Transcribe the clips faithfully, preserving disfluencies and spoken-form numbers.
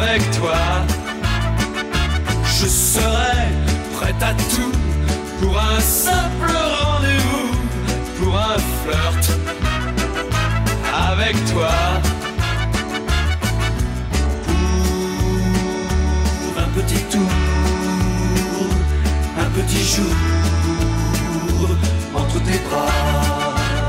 avec toi. Je serai prête à tout pour un simple rendez-vous, pour un flirt avec toi. Pour un petit tour, un petit jour entre tes bras.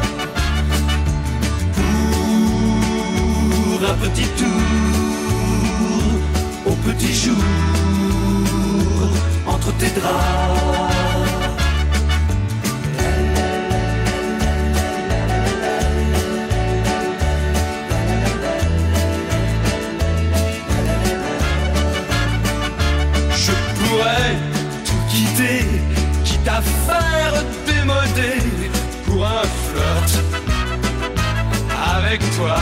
Pour un petit tour, au petit jour entre tes draps. Je pourrais tout quitter, quitte à faire démoder pour un flirt avec toi.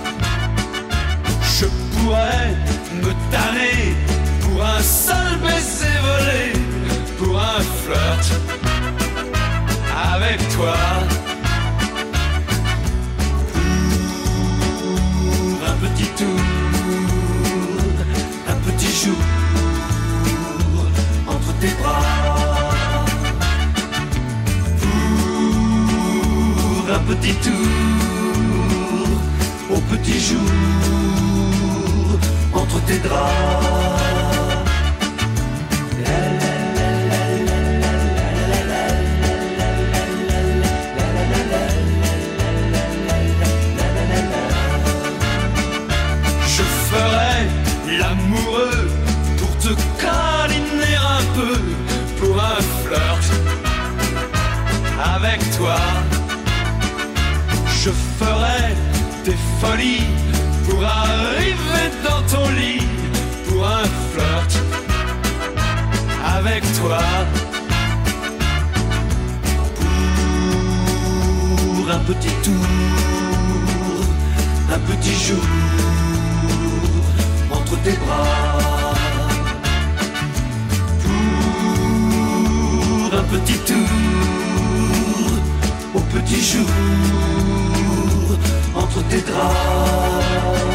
Je pourrais me tanner pour un seul baiser volé, pour un flirt avec toi. Pour un petit tour, un petit jour entre tes bras. Pour un petit tour, au petit jour entre tes draps. Je ferai l'amoureux pour te câliner un peu, pour un flirt avec toi. Je ferai des folies pour arriver dans ton lit, pour un flirt avec toi. Pour un petit tour, un petit jour entre tes bras. Pour un petit tour, au petit jour entre tes draps.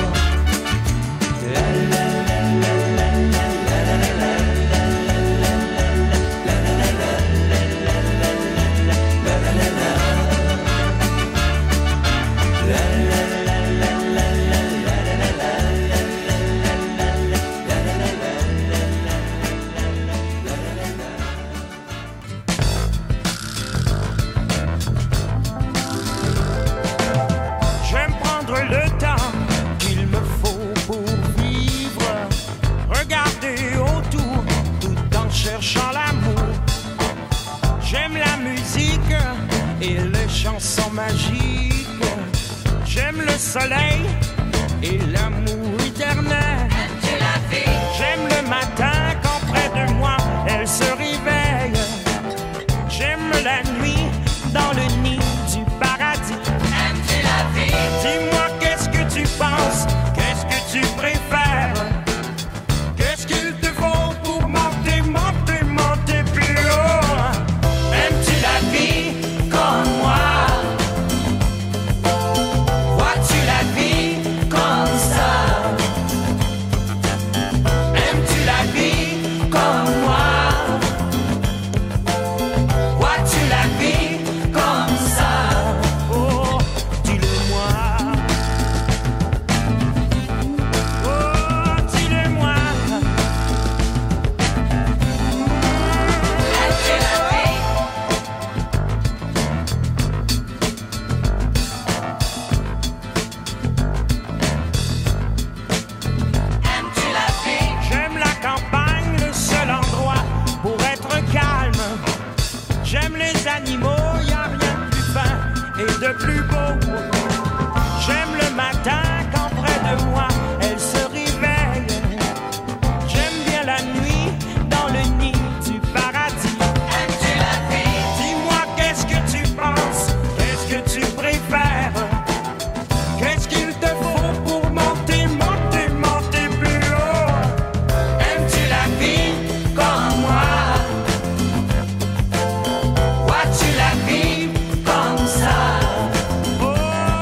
Cherchant l'amour, j'aime la musique et les chansons magiques. J'aime le soleil et l'amour éternel. Aimes-tu la vie? J'aime le matin quand près de moi elle se réveille. J'aime la nuit dans le nid du paradis. Aimes-tu la vie? Dis-moi qu'est-ce que tu penses, qu'est-ce que tu préfères? Qu'est-ce qu'il te faut pour monter, monter, monter plus haut? Aimes-tu la vie comme moi? Vois-tu la vie comme ça? Aimes-tu la vie comme moi? Vois-tu la vie comme ça? Oh, dis-le-moi. Oh, dis-le-moi. Aimes-tu la vie? Aimes-tu la vie? J'aime la campagne, le seul endroit pour être calme. J'aime les animaux, y a rien de plus fin et de plus beau. J'aime le matin quand près de moi elle se réveille. J'aime bien la nuit dans le nid du paradis. Aimes-tu la vie? Dis-moi qu'est-ce que tu penses, qu'est-ce que tu préfères? Qu'est-ce qu'il te faut pour monter, monter, monter plus haut? Aimes-tu la vie comme moi? Vois-tu la vie comme ça? Oh,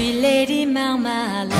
suis Lady Marmalade.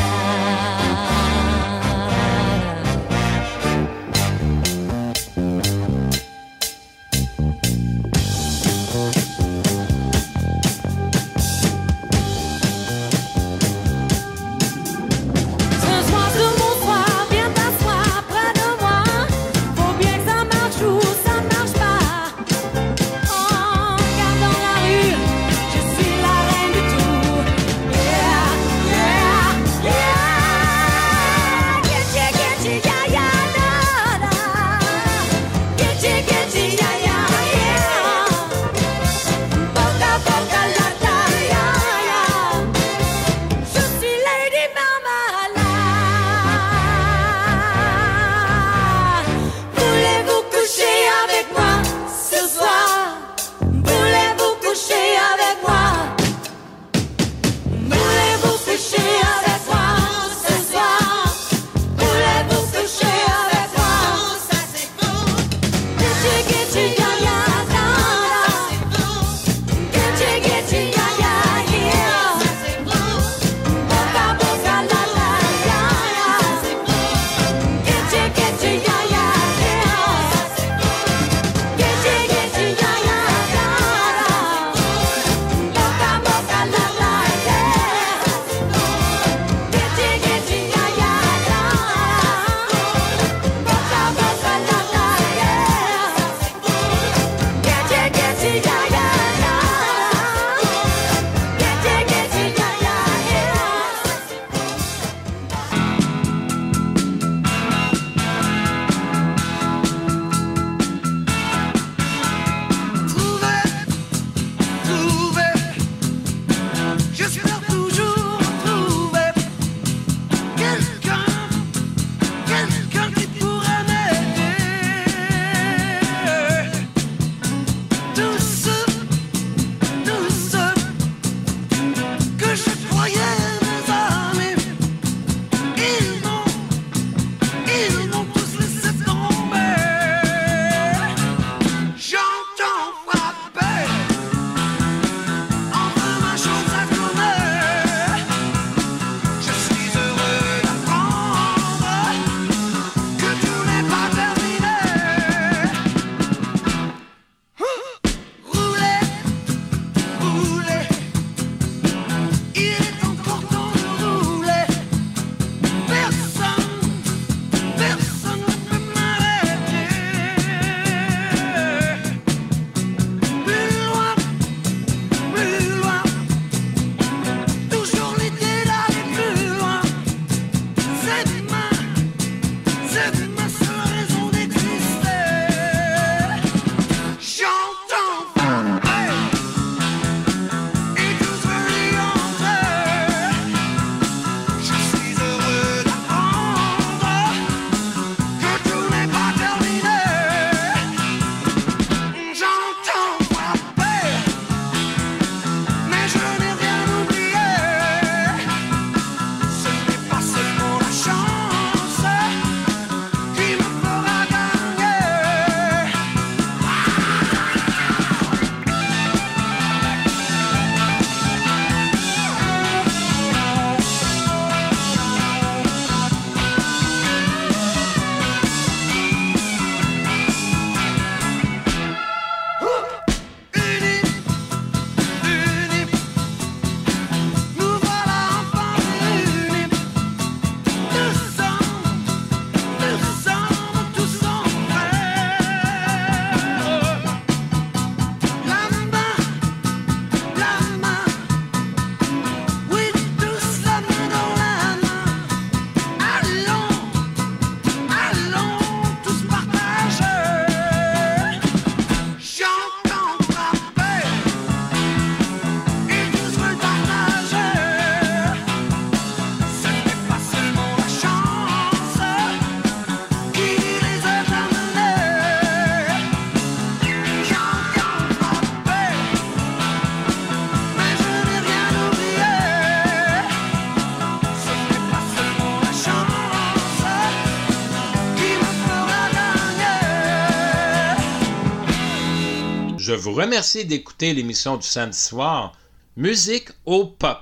Je vous remercie d'écouter l'émission du samedi soir Musique au Pop.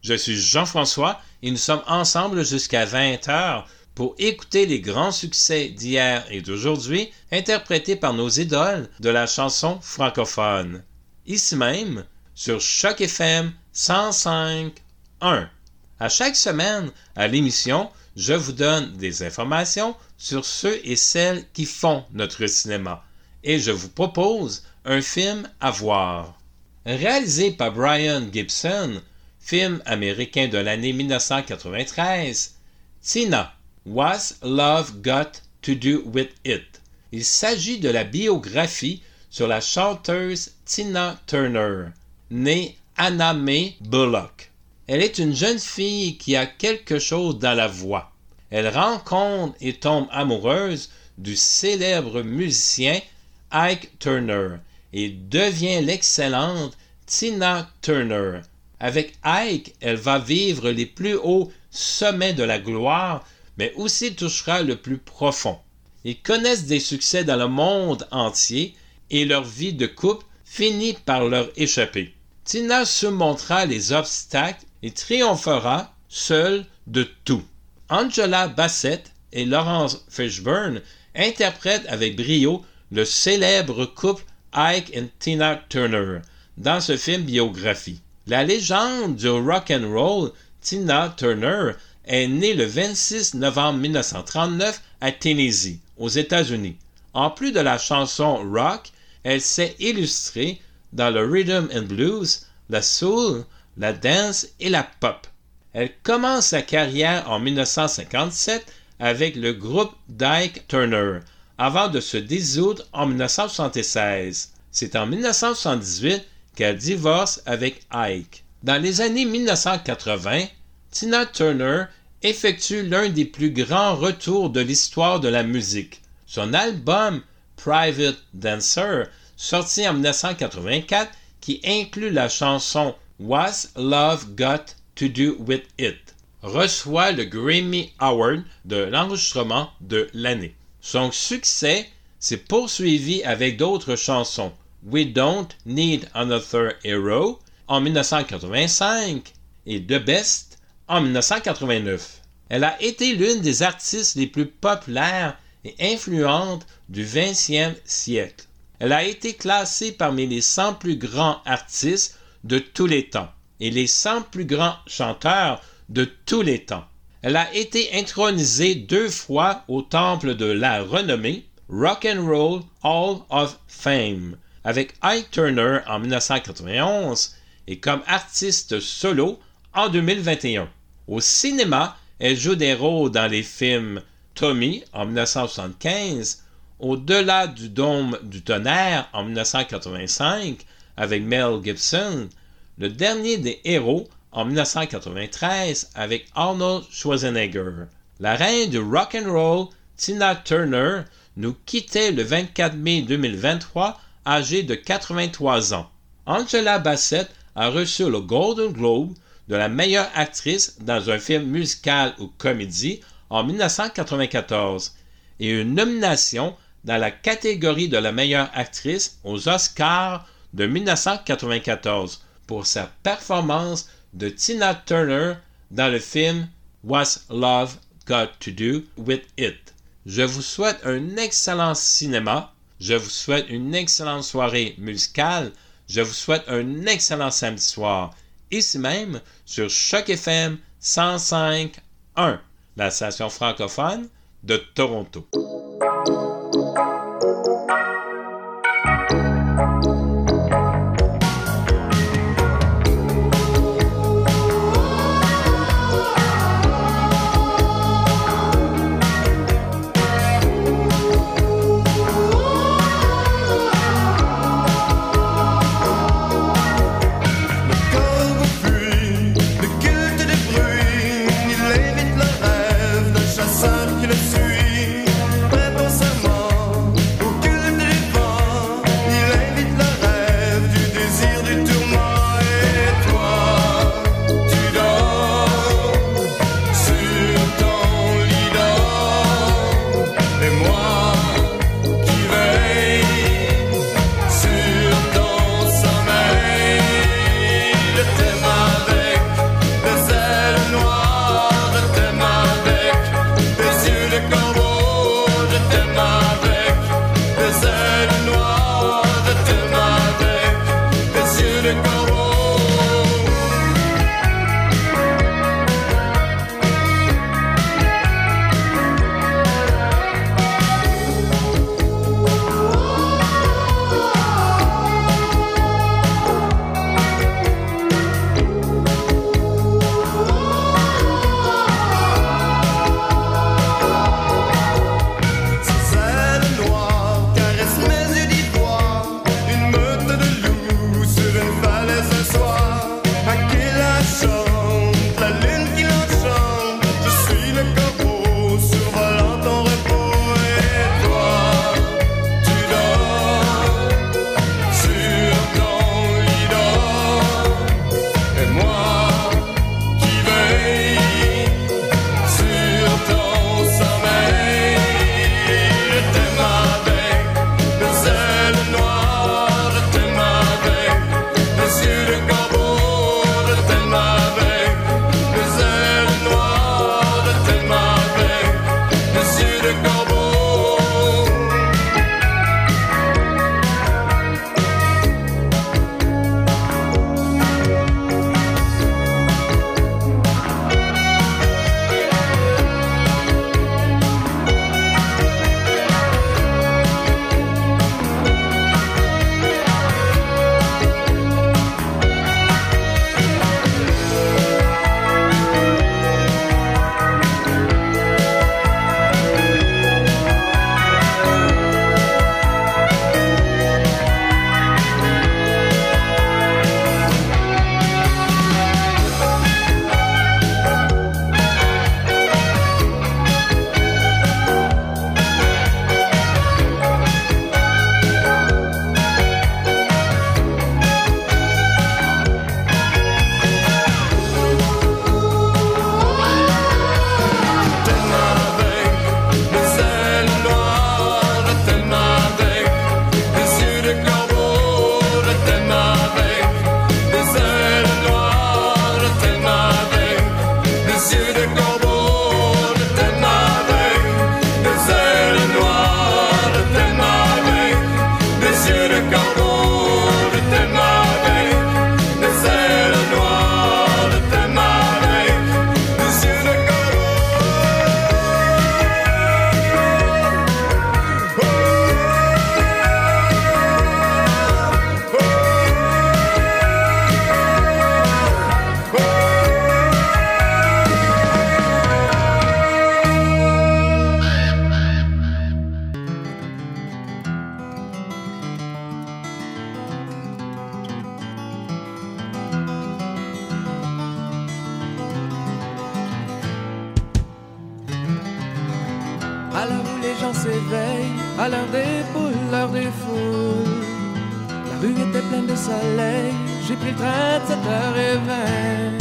Je suis Jean-François et nous sommes ensemble jusqu'à vingt heures pour écouter les grands succès d'hier et d'aujourd'hui interprétés par nos idoles de la chanson francophone. Ici même, sur Choc F M cent cinq un. À chaque semaine, à l'émission, je vous donne des informations sur ceux et celles qui font notre cinéma et je vous propose un film à voir. Réalisé par Brian Gibson, film américain de l'année dix-neuf cent quatre-vingt-treize, Tina, What's Love Got to Do with It? Il s'agit de la biographie sur la chanteuse Tina Turner, née Anna Mae Bullock. Elle est une jeune fille qui a quelque chose dans la voix. Elle rencontre et tombe amoureuse du célèbre musicien Ike Turner et devient l'excellente Tina Turner. Avec Ike, elle va vivre les plus hauts sommets de la gloire, mais aussi touchera le plus profond. Ils connaissent des succès dans le monde entier et leur vie de couple finit par leur échapper. Tina surmontera les obstacles et triomphera seule de tout. Angela Bassett et Laurence Fishburne interprètent avec brio le célèbre couple Ike et Tina Turner dans ce film biographie. La légende du rock'n'roll, Tina Turner, est née le vingt-six novembre dix-neuf cent trente-neuf à Tennessee, aux États-Unis. En plus de la chanson rock, elle s'est illustrée dans le rhythm and blues, la soul, la dance et la pop. Elle commence sa carrière en dix-neuf cent cinquante-sept avec le groupe d'Ike Turner, avant de se dissoudre en dix-neuf cent soixante-seize. C'est en dix-neuf cent soixante-dix-huit qu'elle divorce avec Ike. Dans les années dix-neuf cent quatre-vingts, Tina Turner effectue l'un des plus grands retours de l'histoire de la musique. Son album Private Dancer, sorti en dix-neuf cent quatre-vingt-quatre, qui inclut la chanson What's Love Got to Do with It, reçoit le Grammy Award de l'enregistrement de l'année. Son succès s'est poursuivi avec d'autres chansons. We Don't Need Another Hero en dix-neuf cent quatre-vingt-cinq et The Best en dix-neuf cent quatre-vingt-neuf. Elle a été l'une des artistes les plus populaires et influentes du vingtième siècle. Elle a été classée parmi les cent plus grands artistes de tous les temps et les cent plus grands chanteurs de tous les temps. Elle a été intronisée deux fois au Temple de la renommée Rock and Roll Hall of Fame avec Ike Turner en dix-neuf cent quatre-vingt-onze et comme artiste solo en deux mille vingt et un. Au cinéma, elle joue des rôles dans les films Tommy en dix-neuf cent soixante-quinze, Au-delà du dôme du tonnerre en dix-neuf cent quatre-vingt-cinq avec Mel Gibson, Le dernier des héros en dix-neuf cent quatre-vingt-treize avec Arnold Schwarzenegger. La reine du rock'n'roll, Tina Turner, nous quittait le vingt-quatre mai deux mille vingt-trois, âgée de quatre-vingt-trois ans. Angela Bassett a reçu le Golden Globe de la meilleure actrice dans un film musical ou comédie en dix-neuf cent quatre-vingt-quatorze et une nomination dans la catégorie de la meilleure actrice aux Oscars de dix-neuf cent quatre-vingt-quatorze pour sa performance de Tina Turner dans le film What's Love Got to Do with It. Je vous souhaite un excellent cinéma, je vous souhaite une excellente soirée musicale, je vous souhaite un excellent samedi soir, ici même sur Choc F M cent cinq un, la station francophone de Toronto. Qui le suit, s'éveille à l'heure des poules, l'heure des foules. La rue était pleine de soleil, j'ai pris le train de sept heures vingt.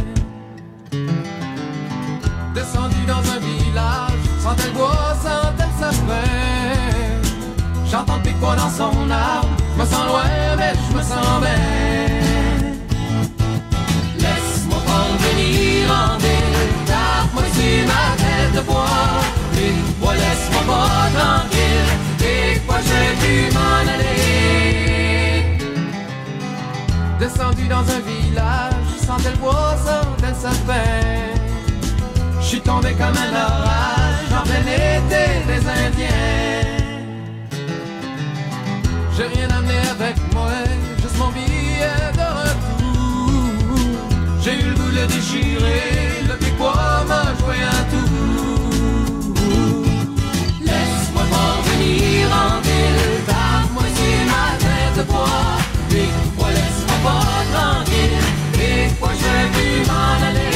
Descendu dans un village, sentais le bois, sentais le sapin. J'entends le pic-bois dans son arbre, je me sens loin mais je me sens bien. Laisse-moi parvenir en ville, tape-moi sur ma tête de bois. Pic-bois, laisse-moi pas tranquille, pic-bois, je vais plus m'en aller. Descendu dans un village, sentais le bois, sentais le sapin. J'suis tombé comme un orage en plein été des Indiens. J'ai rien amené avec moi, juste mon billet de retour. J'ai eu le goût de le déchirer, le pic-bois m'a joué un tour. Laisse-moi parvenir en ville, tape-moi sur ma tête de bois. Pic-bois, laisse-moi pas tranquille, pic-bois, je vais plus m'en aller.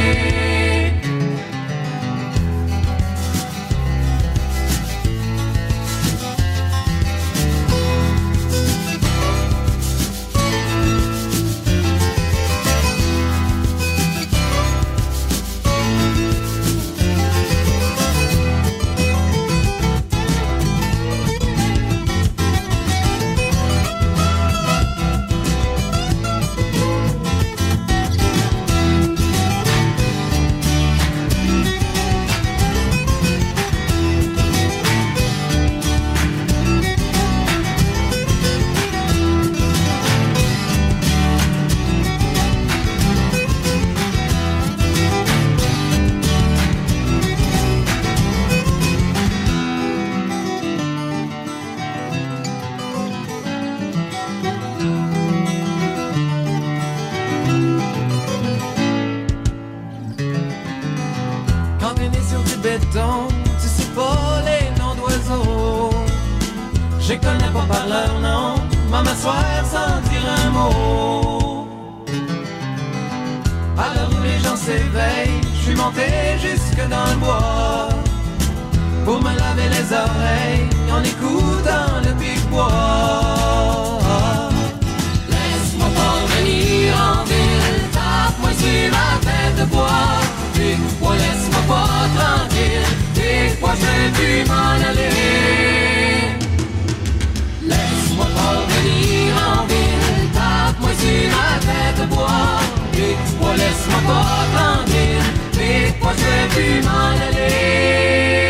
Tu sais pas les noms d'oiseaux, je connais pas par leur nom, m'en m'asseoir sans dire un mot. À l'heure où les gens s'éveillent, je suis monté jusque dans le bois pour me laver les oreilles en écoutant le pic-bois. Laisse-moi parvenir en ville, tape-moi sur ma tête de bois. Pic-bois, laisse-moi pas tranquille, pic-bois, je vais plus m'en aller. Laisse-moi parvenir en ville, tape-moi sur ma tête de bois. Pic-bois, laisse-moi pas tranquille, pic-bois, je vais plus m'en aller.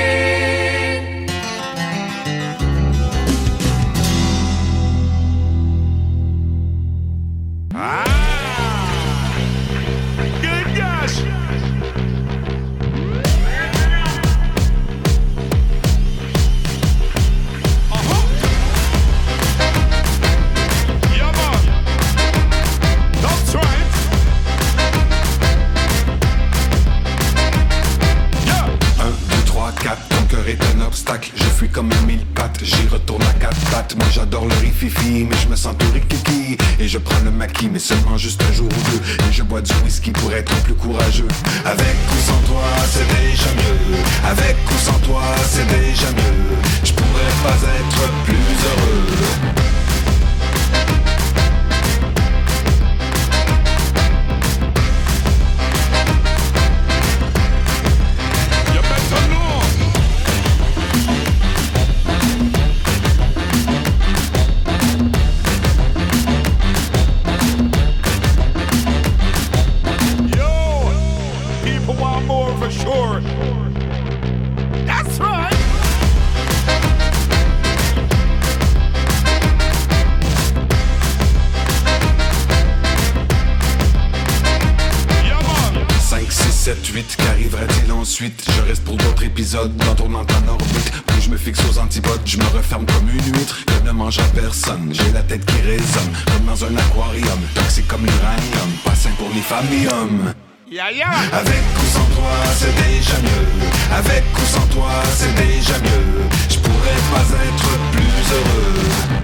Je fuis comme un mille pattes, j'y retourne à quatre pattes. Moi j'adore le rififi, mais je me sens tout rikiki. Et je prends le maquis, mais seulement juste un jour ou deux. Et je bois du whisky pour être plus courageux. Avec ou sans toi, c'est déjà mieux. Avec ou sans toi, c'est déjà mieux. Je pourrais pas être plus heureux. sept huit, qu'arrivera-t-il ensuite? Je reste pour d'autres épisodes, dans tournant en orbite. Puis je me fixe aux antipodes, je me referme comme une huître. Je ne mange à personne, j'ai la tête qui résonne comme dans un aquarium, toxique comme l'uranium, pas sain pour les femmes et hommes. Yeah, yeah. Avec ou sans toi, c'est déjà mieux. Avec ou sans toi, c'est déjà mieux. Je pourrais pas être plus heureux.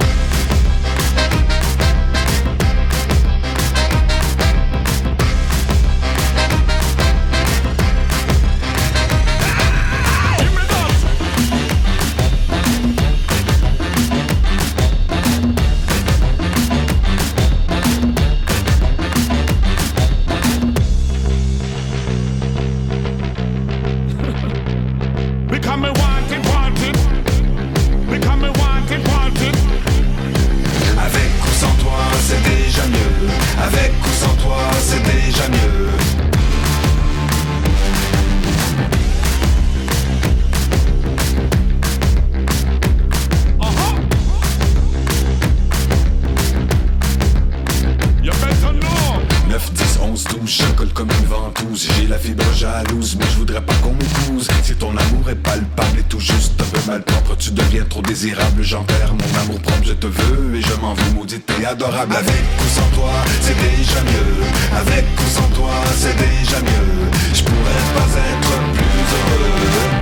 jalouse. J'ai la fibre jalouse, mais je voudrais pas qu'on m'épouse. Si ton amour est palpable et tout juste un peu malpropre, tu deviens trop désirable. J'en perds mon amour propre, je te veux et je m'en veux, maudite et adorable. Avec ou sans toi, c'est déjà mieux. Avec ou sans toi, c'est déjà mieux. Je pourrais pas être plus heureux.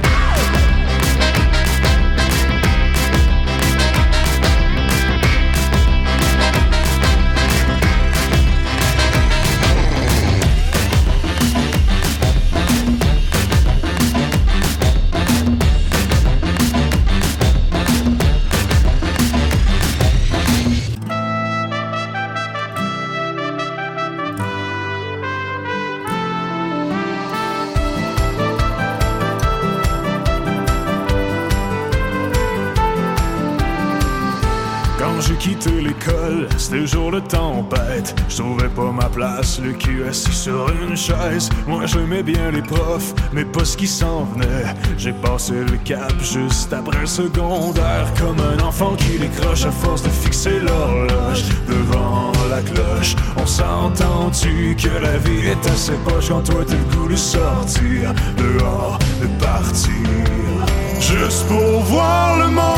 Quitté l'école, c'était jour de tempête. Je trouvais pas ma place, le cul assis sur une chaise. Moi j'aimais bien les profs, mais pas ce qui s'en venait. J'ai passé le cap juste après le secondaire, comme un enfant qui décroche à force de fixer l'horloge devant la cloche. On s'entend-tu que la vie est assez poche quand toi t'as le goût de sortir dehors, de partir, juste pour voir le monde.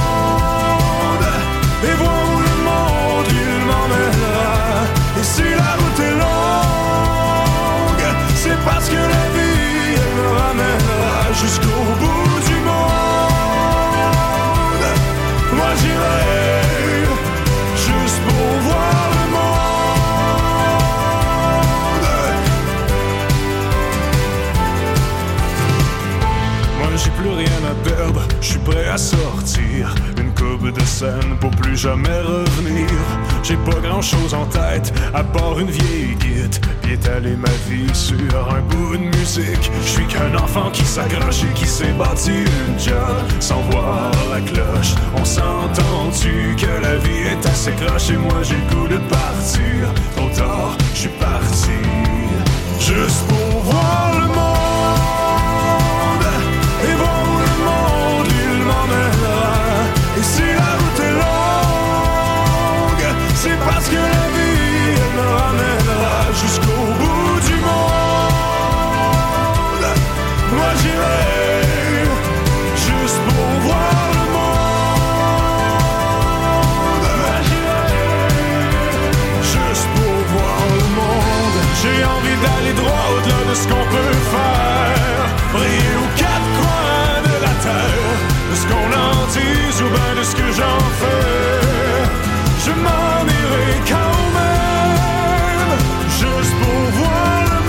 Et voir où le monde il m'emmènera. Et si la route est longue, c'est parce que la vie elle me ramènera jusqu'au bout du monde. Moi j'irai juste pour voir le monde. Moi j'ai plus rien à perdre, je suis prêt à sortir de scène pour plus jamais revenir. J'ai pas grand chose en tête à part une vieille guide, puis étaler ma vie sur un bout de musique. Je suis qu'un enfant qui s'accroche et qui s'est bâti une job sans voir la cloche. On s'entend-tu que la vie est assez croche et moi j'ai le goût de partir. Trop tard, je suis parti juste pour voir le monde et voir où le monde il m'emmènera. Et si la route est longue, c'est parce que la vie elle me ramènera jusqu'au bout du monde. Moi j'irai juste pour voir le monde. Moi j'irai juste pour voir le monde. J'ai envie d'aller droit au-delà de ce qu'on peut faire, briller aux quatre coins de la terre, de ce qu'on en dise ou bien de ce que j'en fais. Je m'en irai quand même, juste pour voir le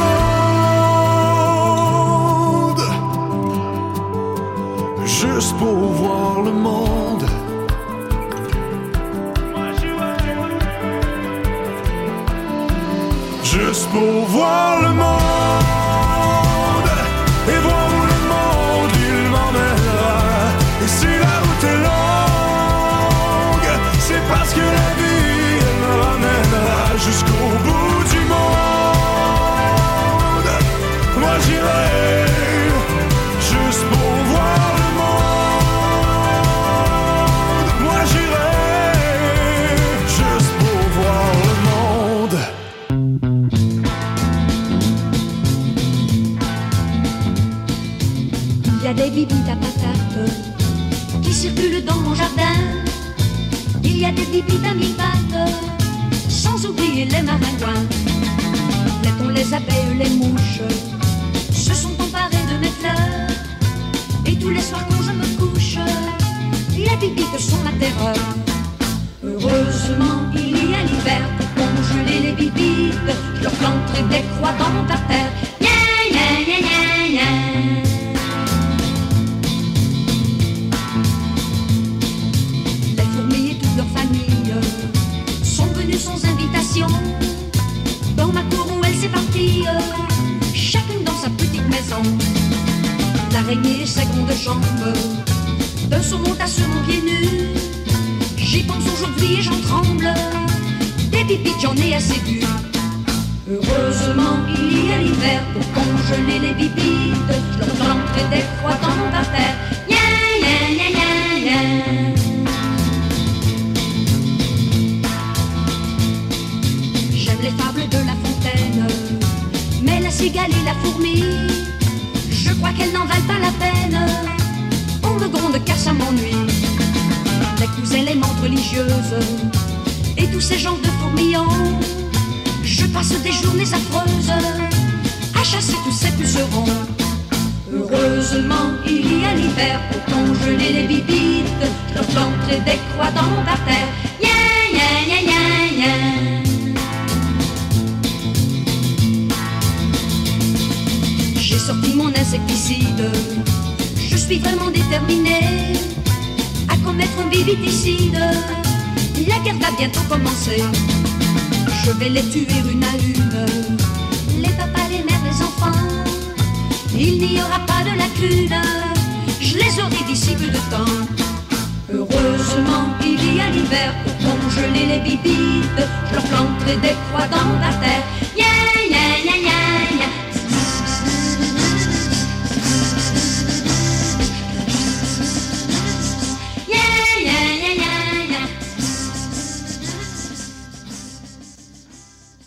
monde. Juste pour voir le monde. Juste pour voir le monde et voir où le monde il m'emmènera. Et si la route est longue, c'est parce que la vie elle me ramènera jusqu'au bout du monde. Moi j'irai juste pour voir le monde. Moi j'irai juste pour voir le monde. Il y a des bibites à patates qui circulent dans mon jardin. Il y a des bibites à mille pattes, sans oublier les maringouins. Plaît-on les abeilles, les mouches se sont emparés de mes fleurs. Et tous les soirs quand je me couche, les bibites sont ma terreur. Heureusement il y a l'hiver pour congeler les bibites. Je leur planterai des croix dans mon parterre. Nya nya nya nya nya. Sans invitation, dans ma cour où elle s'éparpille, chacune dans sa petite maison. L'araignée et ses grandes jambes, d'un saut monte à sur mon pied nu. J'y pense aujourd'hui et j'en tremble, des bibites j'en ai assez vu. Heureusement il y a l'hiver pour congeler les bibites. Je leur planterai des croix dans mon parterre. Nya nya nya nya nya. Les fables de La Fontaine, mais la cigale et la fourmi. Je crois qu'elles n'en valent pas la peine. On me gronde car ça m'ennuie. Les cousins, les menthes religieuses et tous ces genres de fourmillons. Je passe des journées affreuses à chasser tous ces pucerons. Heureusement, il y a l'hiver pour congeler les bibites. Je leur planterai des croix dans mon parterre. Ya, ya, ya, ya, ya. J'ai sorti mon insecticide. Je suis vraiment déterminée à commettre un bibiticide. La guerre va bientôt commencer. Je vais les tuer une à une. Les papas, les mères, les enfants. Il n'y aura pas de lacune. Je les aurai d'ici peu de temps. Heureusement, il y a l'hiver pour congeler les bibites. Je leur planterai des croix dans la terre.